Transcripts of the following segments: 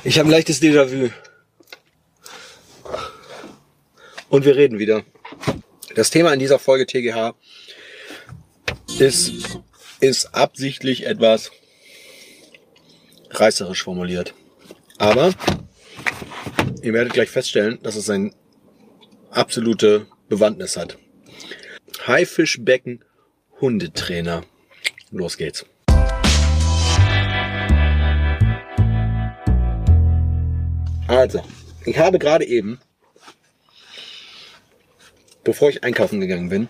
Ich habe ein leichtes Déjà-vu. Und wir reden wieder. Das Thema in dieser Folge TGH ist absichtlich etwas reißerisch formuliert. Aber ihr werdet gleich feststellen, dass es eine absolute Bewandtnis hat. Haifischbecken Hundetrainer. Los geht's. Also, ich habe gerade eben, bevor ich einkaufen gegangen bin,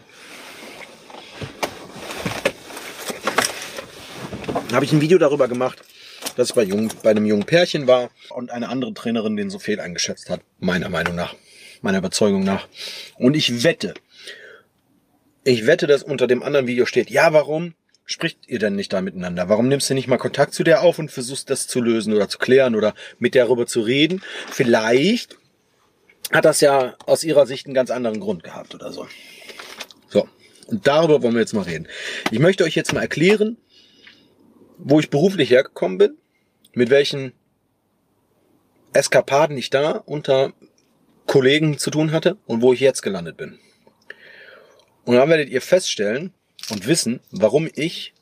habe ich ein Video darüber gemacht, dass ich bei einem jungen Pärchen war und eine andere Trainerin den so fehl eingeschätzt hat, meiner Meinung nach, meiner Überzeugung nach. Und ich wette, dass unter dem anderen Video steht, ja, warum spricht ihr denn nicht da miteinander? Warum nimmst du nicht mal Kontakt zu der auf und versuchst das zu lösen oder zu klären oder mit der darüber zu reden? Vielleicht hat das ja aus ihrer Sicht einen ganz anderen Grund gehabt oder so. So, und darüber wollen wir jetzt mal reden. Ich möchte euch jetzt mal erklären, wo ich beruflich hergekommen bin, mit welchen Eskapaden ich da unter Kollegen zu tun hatte und wo ich jetzt gelandet bin. Und dann werdet ihr feststellen und wissen, warum ich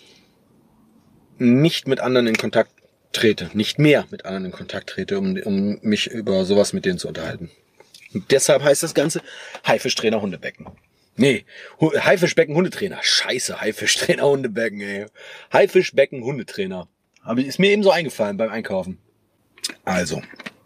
nicht mit anderen in Kontakt trete, nicht mehr mit anderen in Kontakt trete, um mich über sowas mit denen zu unterhalten. Und deshalb heißt das Ganze Haifischtrainer Hundebecken. Nee, Haifischbecken Hundetrainer. Scheiße, Haifischtrainer Hundebecken, ey. Haifischbecken Hundetrainer. Ist mir eben so eingefallen beim Einkaufen. Also,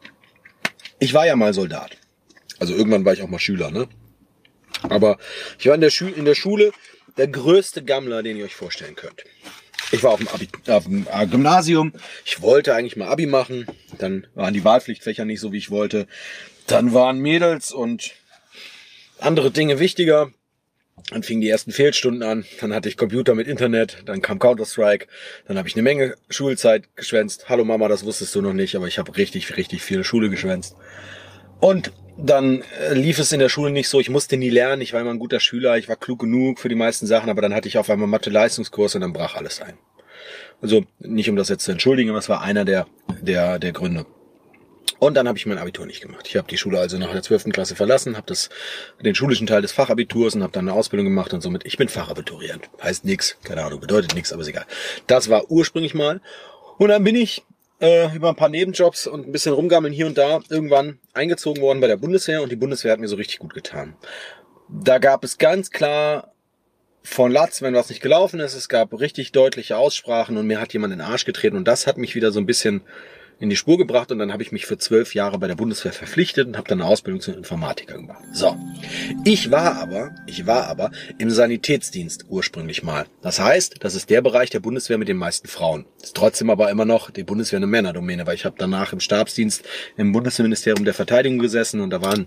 ich war ja mal Soldat. Also irgendwann war ich auch mal Schüler, ne? Aber ich war in der Schule der größte Gammler, den ihr euch vorstellen könnt. Ich war auf dem Gymnasium. Ich wollte eigentlich mal Abi machen. Dann waren die Wahlpflichtfächer nicht so, wie ich wollte. Dann waren Mädels und andere Dinge wichtiger. Dann fingen die ersten Fehlstunden an. Dann hatte ich Computer mit Internet. Dann kam Counter-Strike. Dann habe ich eine Menge Schulzeit geschwänzt. Hallo Mama, das wusstest du noch nicht, aber ich habe richtig, richtig viel Schule geschwänzt. Und dann lief es in der Schule nicht so, ich musste nie lernen, ich war immer ein guter Schüler, ich war klug genug für die meisten Sachen, aber dann hatte ich auf einmal Mathe-Leistungskurs und dann brach alles ein. Also nicht um das jetzt zu entschuldigen, aber es war einer der Gründe. Und dann habe ich mein Abitur nicht gemacht. Ich habe die Schule also nach der 12. Klasse verlassen, habe den schulischen Teil des Fachabiturs und habe dann eine Ausbildung gemacht und somit, ich bin Fachabiturient. Heißt nix, keine Ahnung, bedeutet nix, aber ist egal. Das war ursprünglich mal. Und dann bin ich über ein paar Nebenjobs und ein bisschen rumgammeln hier und da irgendwann eingezogen worden bei der Bundeswehr und die Bundeswehr hat mir so richtig gut getan. Da gab es ganz klar von Latz, wenn was nicht gelaufen ist, es gab richtig deutliche Aussprachen und mir hat jemand in den Arsch getreten und das hat mich wieder so ein bisschen in die Spur gebracht und dann habe ich mich für 12 Jahre bei der Bundeswehr verpflichtet und habe dann eine Ausbildung zum Informatiker gemacht. So, ich war aber im Sanitätsdienst ursprünglich mal. Das heißt, das ist der Bereich der Bundeswehr mit den meisten Frauen. Ist trotzdem aber immer noch die Bundeswehr eine Männerdomäne, weil ich habe danach im Stabsdienst im Bundesministerium der Verteidigung gesessen und da waren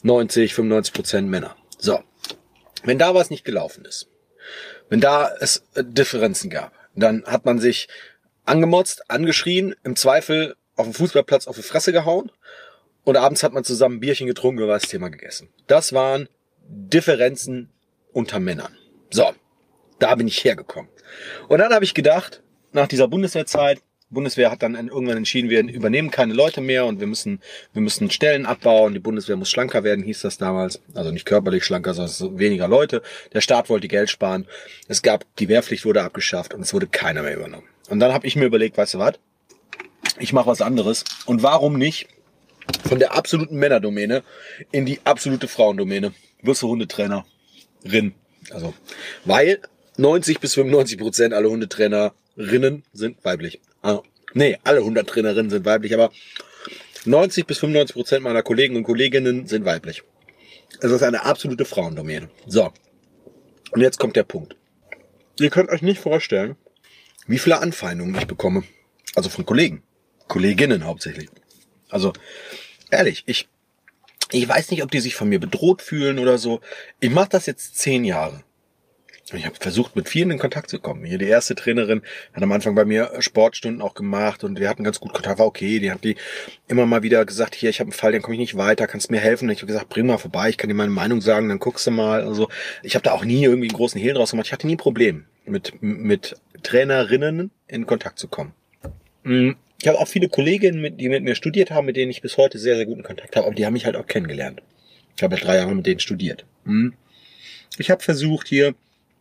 95% Männer. So, wenn da was nicht gelaufen ist, wenn da es Differenzen gab, dann hat man sich angemotzt, angeschrien, im Zweifel auf dem Fußballplatz auf die Fresse gehauen und abends hat man zusammen ein Bierchen getrunken und war das Thema gegessen. Das waren Differenzen unter Männern. So, da bin ich hergekommen. Und dann habe ich gedacht, nach dieser Bundeswehrzeit, Bundeswehr hat dann irgendwann entschieden, wir übernehmen keine Leute mehr und wir müssen Stellen abbauen, die Bundeswehr muss schlanker werden, hieß das damals. Also nicht körperlich schlanker, sondern weniger Leute. Der Staat wollte Geld sparen. Die Wehrpflicht wurde abgeschafft und es wurde keiner mehr übernommen. Und dann habe ich mir überlegt, weißt du was, ich mache was anderes. Und warum nicht von der absoluten Männerdomäne in die absolute Frauendomäne? Wirst du Hundetrainerin. Also, weil 90-95% aller Hundetrainerinnen sind weiblich. Also, nee, alle Hundetrainerinnen sind weiblich, aber 90-95% meiner Kollegen und Kolleginnen sind weiblich. Es ist eine absolute Frauendomäne. So, und jetzt kommt der Punkt. Ihr könnt euch nicht vorstellen, wie viele Anfeindungen ich bekomme. Also von Kolleginnen hauptsächlich. Also ehrlich, ich weiß nicht, ob die sich von mir bedroht fühlen oder so. Ich mache das jetzt 10 Jahre. Ich habe versucht, mit vielen in Kontakt zu kommen. Hier die erste Trainerin hat am Anfang bei mir Sportstunden auch gemacht und wir hatten ganz gut Kontakt, war okay. Die hat immer mal wieder gesagt, hier, ich habe einen Fall, den komme ich nicht weiter, kannst du mir helfen? Und ich habe gesagt, bring mal vorbei, ich kann dir meine Meinung sagen, dann guckst du mal. Also ich habe da auch nie irgendwie einen großen Hehl draus gemacht. Ich hatte nie ein Problem, mit Trainerinnen in Kontakt zu kommen. Ich habe auch viele Kolleginnen, die mit mir studiert haben, mit denen ich bis heute sehr, sehr guten Kontakt habe, aber die haben mich halt auch kennengelernt. Ich habe 3 Jahre mit denen studiert. Ich habe versucht, hier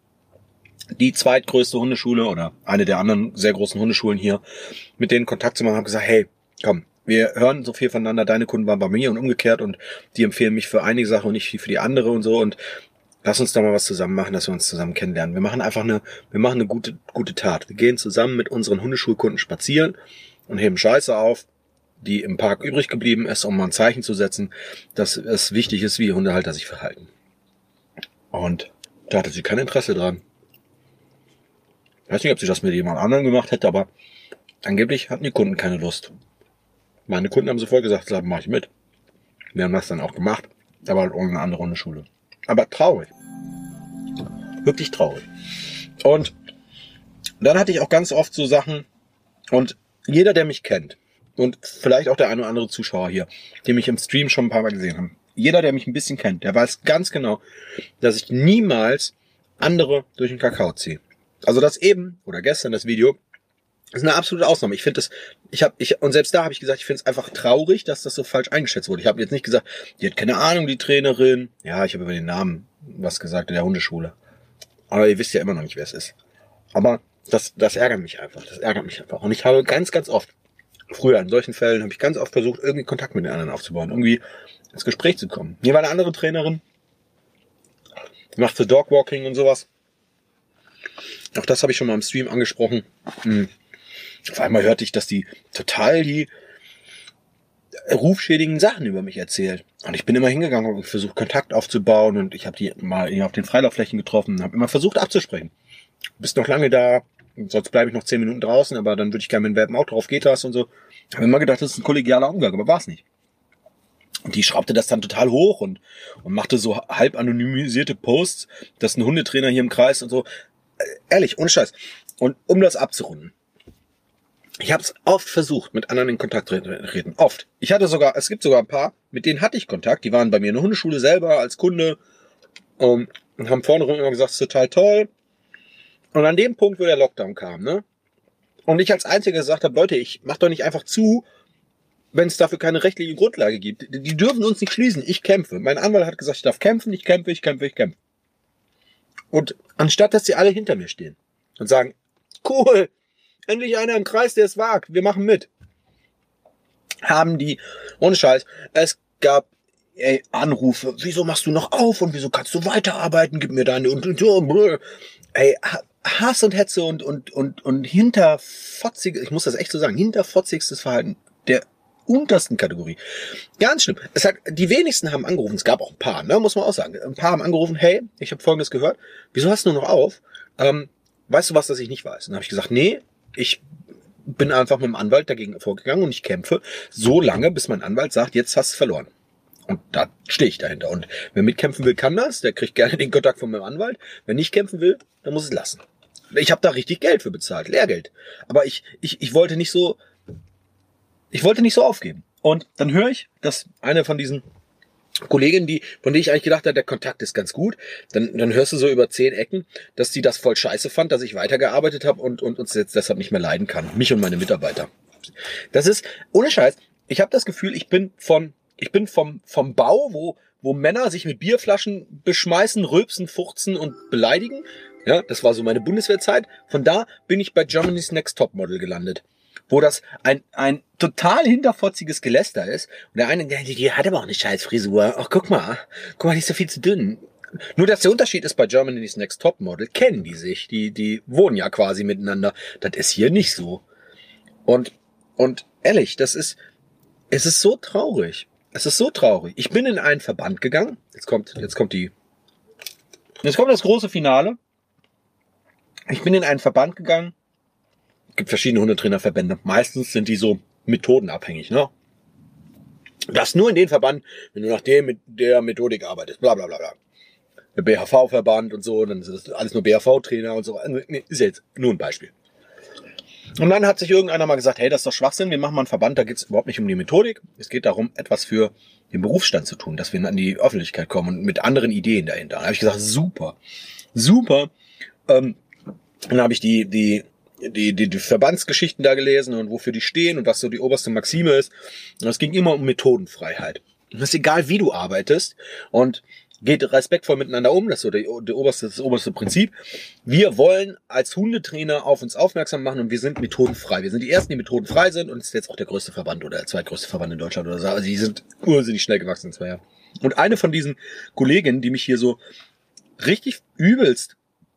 die zweitgrößte Hundeschule oder eine der anderen sehr großen Hundeschulen hier mit denen Kontakt zu machen, habe gesagt, hey, komm, wir hören so viel voneinander, deine Kunden waren bei mir und umgekehrt und die empfehlen mich für einige Sachen und nicht für die andere und so und lass uns da mal was zusammen machen, dass wir uns zusammen kennenlernen. Wir machen eine gute Tat. Wir gehen zusammen mit unseren Hundeschulkunden spazieren und heben Scheiße auf, die im Park übrig geblieben ist, um mal ein Zeichen zu setzen, dass es wichtig ist, wie Hundehalter sich verhalten. Und da hatte sie kein Interesse dran. Ich weiß nicht, ob sie das mit jemand anderem gemacht hätte, aber angeblich hatten die Kunden keine Lust. Meine Kunden haben sofort gesagt, da mache ich mit. Wir haben das dann auch gemacht, aber halt ohne eine andere Hundeschule. Aber traurig. Wirklich traurig. Und dann hatte ich auch ganz oft so Sachen, und jeder, der mich kennt, und vielleicht auch der eine oder andere Zuschauer hier, die mich im Stream schon ein paar Mal gesehen haben, jeder, der mich ein bisschen kennt, der weiß ganz genau, dass ich niemals andere durch den Kakao ziehe. Also das eben, oder gestern das Video, ist eine absolute Ausnahme. Ich finde und selbst da habe ich gesagt, ich finde es einfach traurig, dass das so falsch eingeschätzt wurde. Ich habe jetzt nicht gesagt, die hat keine Ahnung, die Trainerin. Ja, ich habe über den Namen was gesagt in der Hundeschule. Aber ihr wisst ja immer noch nicht, wer es ist. Aber das ärgert mich einfach. Das ärgert mich einfach. Und ich habe ganz, ganz oft, früher in solchen Fällen, habe ich ganz oft versucht, irgendwie Kontakt mit den anderen aufzubauen. Irgendwie ins Gespräch zu kommen. Hier war eine andere Trainerin, die machte Dogwalking und sowas. Auch das habe ich schon mal im Stream angesprochen. Auf einmal hörte ich, dass die total die rufschädigen Sachen über mich erzählt. Und ich bin immer hingegangen und versucht, Kontakt aufzubauen. Und ich habe die mal auf den Freilaufflächen getroffen und habe immer versucht abzusprechen. Du bist noch lange da, sonst bleibe ich noch 10 Minuten draußen, aber dann würde ich gerne mit dem Welpen auch drauf, geht das und so. Ich habe immer gedacht, das ist ein kollegialer Umgang, aber war es nicht. Und die schraubte das dann total hoch und machte so halb anonymisierte Posts, dass ein Hundetrainer hier im Kreis und so. Ehrlich, ohne Scheiß. Und um das abzurunden. Ich habe es oft versucht, mit anderen in Kontakt zu treten. Oft. Es gibt sogar ein paar, mit denen hatte ich Kontakt. Die waren bei mir in der Hundeschule selber als Kunde und haben vorne rum immer gesagt, es ist total toll. Und an dem Punkt, wo der Lockdown kam, ne? Und ich als Einziger gesagt habe, Leute, ich mach doch nicht einfach zu, wenn es dafür keine rechtliche Grundlage gibt. Die dürfen uns nicht schließen. Ich kämpfe. Mein Anwalt hat gesagt, ich darf kämpfen, ich kämpfe. Und anstatt, dass sie alle hinter mir stehen und sagen, cool, endlich einer im Kreis, der es wagt, wir machen mit, haben die, ohne Scheiß, es gab Anrufe, wieso machst du noch auf und wieso kannst du weiterarbeiten, gib mir deine und Hass und Hetze und hinterfotzig, ich muss das echt so sagen, hinterfotzigstes Verhalten der untersten Kategorie. Ganz schlimm. Die wenigsten haben angerufen, es gab auch ein paar, ne, muss man auch sagen. Ein paar haben angerufen, hey, ich habe Folgendes gehört, wieso hast du nur noch auf? Weißt du was, das ich nicht weiß? Und dann habe ich gesagt, nee, ich bin einfach mit dem Anwalt dagegen vorgegangen und ich kämpfe so lange, bis mein Anwalt sagt, jetzt hast du verloren. Und da stehe ich dahinter. Und wer mitkämpfen will, kann das. Der kriegt gerne den Kontakt von meinem Anwalt. Wer nicht kämpfen will, dann muss es lassen. Ich habe da richtig Geld für bezahlt, Lehrgeld. Aber ich wollte nicht so aufgeben. Und dann höre ich, dass eine von diesen Kolleginnen, von denen ich eigentlich gedacht habe, der Kontakt ist ganz gut, dann hörst du so über 10 Ecken, dass die das voll scheiße fand, dass ich weitergearbeitet habe und uns jetzt deshalb nicht mehr leiden kann. Mich und meine Mitarbeiter. Das ist, ohne Scheiß, ich habe das Gefühl, ich bin vom Bau, wo Männer sich mit Bierflaschen beschmeißen, rülpsen, furzen und beleidigen. Ja, das war so meine Bundeswehrzeit. Von da bin ich bei Germany's Next Topmodel gelandet, wo das ein total hinterfotziges Geläster ist. Und der eine, die hat aber auch eine scheiß Frisur. Ach, guck mal, die ist so viel zu dünn. Nur, dass der Unterschied ist, bei Germany's Next Topmodel kennen die sich. Die wohnen ja quasi miteinander. Das ist hier nicht so. Und ehrlich, es ist so traurig. Es ist so traurig. Ich bin in einen Verband gegangen. Jetzt kommt das große Finale. Ich bin in einen Verband gegangen. Es gibt verschiedene Hundetrainerverbände. Meistens sind die so methodenabhängig, ne? Das nur in den Verband, wenn du nach mit der Methodik arbeitest, bla bla bla bla. Der BHV-Verband und so, dann ist das alles nur BHV-Trainer und so. Ist jetzt nur ein Beispiel. Und dann hat sich irgendeiner mal gesagt, hey, das ist doch Schwachsinn, wir machen mal einen Verband, da geht es überhaupt nicht um die Methodik. Es geht darum, etwas für den Berufsstand zu tun, dass wir an die Öffentlichkeit kommen und mit anderen Ideen dahinter. Da habe ich gesagt, super. Dann habe ich die die Verbandsgeschichten da gelesen und wofür die stehen und was so die oberste Maxime ist. Und es ging immer um Methodenfreiheit. Und es ist egal, wie du arbeitest und geht respektvoll miteinander um, das ist so das oberste Prinzip. Wir wollen als Hundetrainer auf uns aufmerksam machen und wir sind methodenfrei. Wir sind die Ersten, die methodenfrei sind und es ist jetzt auch der größte Verband oder der zweitgrößte Verband in Deutschland oder so. Also die sind ursinnig schnell gewachsen in 2 Jahren. Und eine von diesen Kolleginnen, die mich hier so richtig übelst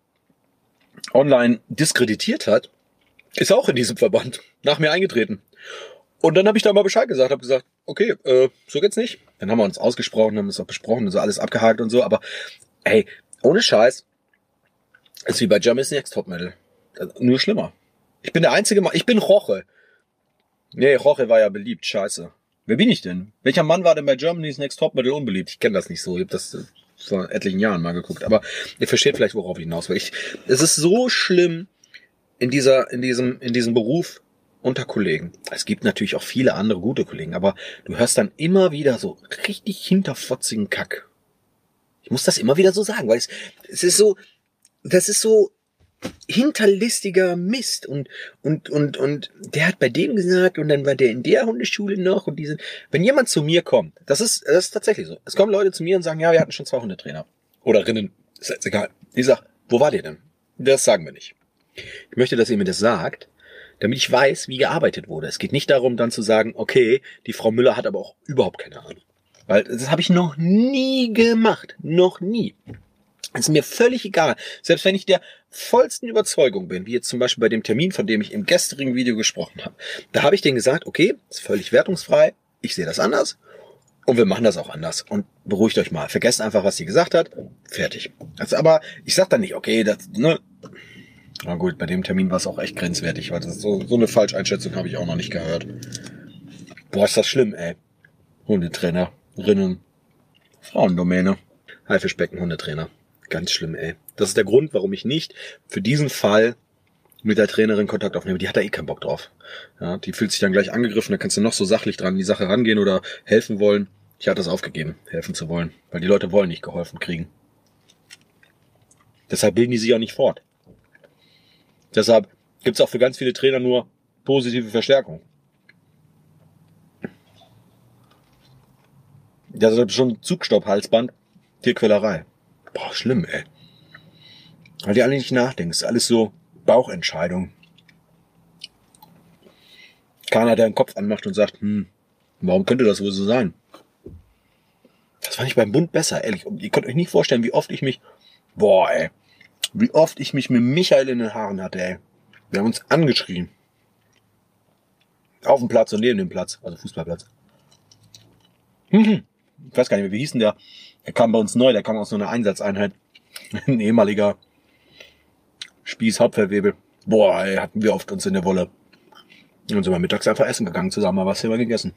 online diskreditiert hat, ist auch in diesem Verband nach mir eingetreten. Und dann habe ich da mal Bescheid gesagt, habe gesagt, okay, so geht's nicht. Dann haben wir uns ausgesprochen, haben es auch besprochen und so alles abgehakt und so. Aber hey, ohne Scheiß, ist wie bei Germany's Next Topmodel. Nur schlimmer. Ich bin der einzige Mann, ich bin Roche. Nee, Roche war ja beliebt, scheiße. Wer bin ich denn? Welcher Mann war denn bei Germany's Next Topmodel unbeliebt? Ich kenne das nicht so, ich habe das vor etlichen Jahren mal geguckt. Aber ihr versteht vielleicht, worauf ich hinaus will. Es ist so schlimm in diesem Beruf, unter Kollegen. Es gibt natürlich auch viele andere gute Kollegen, aber du hörst dann immer wieder so richtig hinterfotzigen Kack. Ich muss das immer wieder so sagen, weil es ist so, das ist so hinterlistiger Mist und der hat bei dem gesagt und dann war der in der Hundeschule noch und wenn jemand zu mir kommt, das ist tatsächlich so. Es kommen Leute zu mir und sagen, ja, wir hatten schon 2 Hundetrainer oder Rinnen, ist jetzt egal. Ich sag, wo war der denn? Das sagen wir nicht. Ich möchte, dass ihr mir das sagt, damit ich weiß, wie gearbeitet wurde. Es geht nicht darum, dann zu sagen, okay, die Frau Müller hat aber auch überhaupt keine Ahnung. Weil das habe ich noch nie gemacht. Noch nie. Es ist mir völlig egal. Selbst wenn ich der vollsten Überzeugung bin, wie jetzt zum Beispiel bei dem Termin, von dem ich im gestrigen Video gesprochen habe. Da habe ich denen gesagt, okay, ist völlig wertungsfrei, ich sehe das anders und wir machen das auch anders. Und beruhigt euch mal. Vergesst einfach, was sie gesagt hat. Fertig. Also, aber ich sag dann nicht, okay, das, ne. Na gut, bei dem Termin war es auch echt grenzwertig, weil das so eine Falscheinschätzung habe ich auch noch nicht gehört. Boah, ist das schlimm, ey. Hundetrainerinnen, Frauendomäne, Haifischbecken, Hundetrainer. Ganz schlimm, ey. Das ist der Grund, warum ich nicht für diesen Fall mit der Trainerin Kontakt aufnehme. Die hat da eh keinen Bock drauf. Ja, die fühlt sich dann gleich angegriffen, da kannst du noch so sachlich dran die Sache rangehen oder helfen wollen. Ich hatte das aufgegeben, helfen zu wollen, weil die Leute wollen nicht geholfen kriegen. Deshalb bilden die sich auch nicht fort. Deshalb gibt's auch für ganz viele Trainer nur positive Verstärkung. Deshalb schon Zugstopp-Halsband, Tierquälerei. Boah, schlimm, ey. Weil die alle nicht nachdenken. Das ist alles so Bauchentscheidung. Keiner, der den Kopf anmacht und sagt, warum könnte das wohl so sein? Das fand ich beim Bund besser, ehrlich. Und ihr könnt euch nicht vorstellen, wie oft ich mich mit Michael in den Haaren hatte, ey. Wir haben uns angeschrien. Auf dem Platz und neben dem Platz, also Fußballplatz. Ich weiß gar nicht mehr, wie hieß denn der? Der kam bei uns neu, der kam aus so einer Einsatzeinheit. Ein ehemaliger Spieß-Hauptfeldwebel. Boah, ey, hatten wir oft uns in der Wolle. Und sind wir mittags einfach essen gegangen zusammen, aber was haben wir gegessen?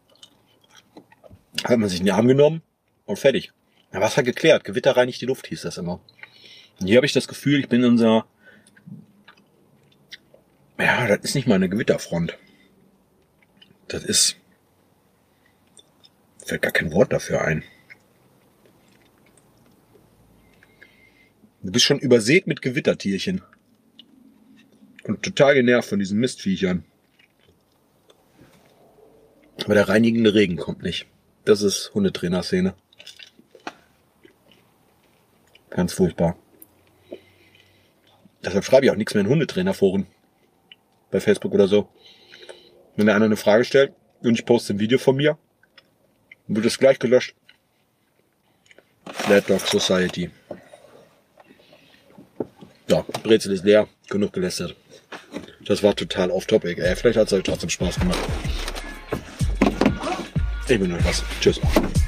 Hat man sich in den Arm genommen und fertig. Ja, was hat geklärt? Gewitter reinigt die Luft, hieß das immer. Und hier habe ich das Gefühl, ich bin in unserer... Ja, das ist nicht mal eine Gewitterfront. Das ist... Fällt gar kein Wort dafür ein. Du bist schon übersät mit Gewittertierchen. Und total genervt von diesen Mistviechern. Aber der reinigende Regen kommt nicht. Das ist Hundetrainer-Szene. Ganz furchtbar. Deshalb schreibe ich auch nichts mehr in Hundetrainerforen. Bei Facebook oder so. Wenn der einer eine Frage stellt und ich poste ein Video von mir, wird es gleich gelöscht. Flat Dog Society. Ja, Brezel ist leer. Genug gelästert. Das war total off-topic, ey. Vielleicht hat es euch trotzdem Spaß gemacht. Ich bin nur was. Tschüss.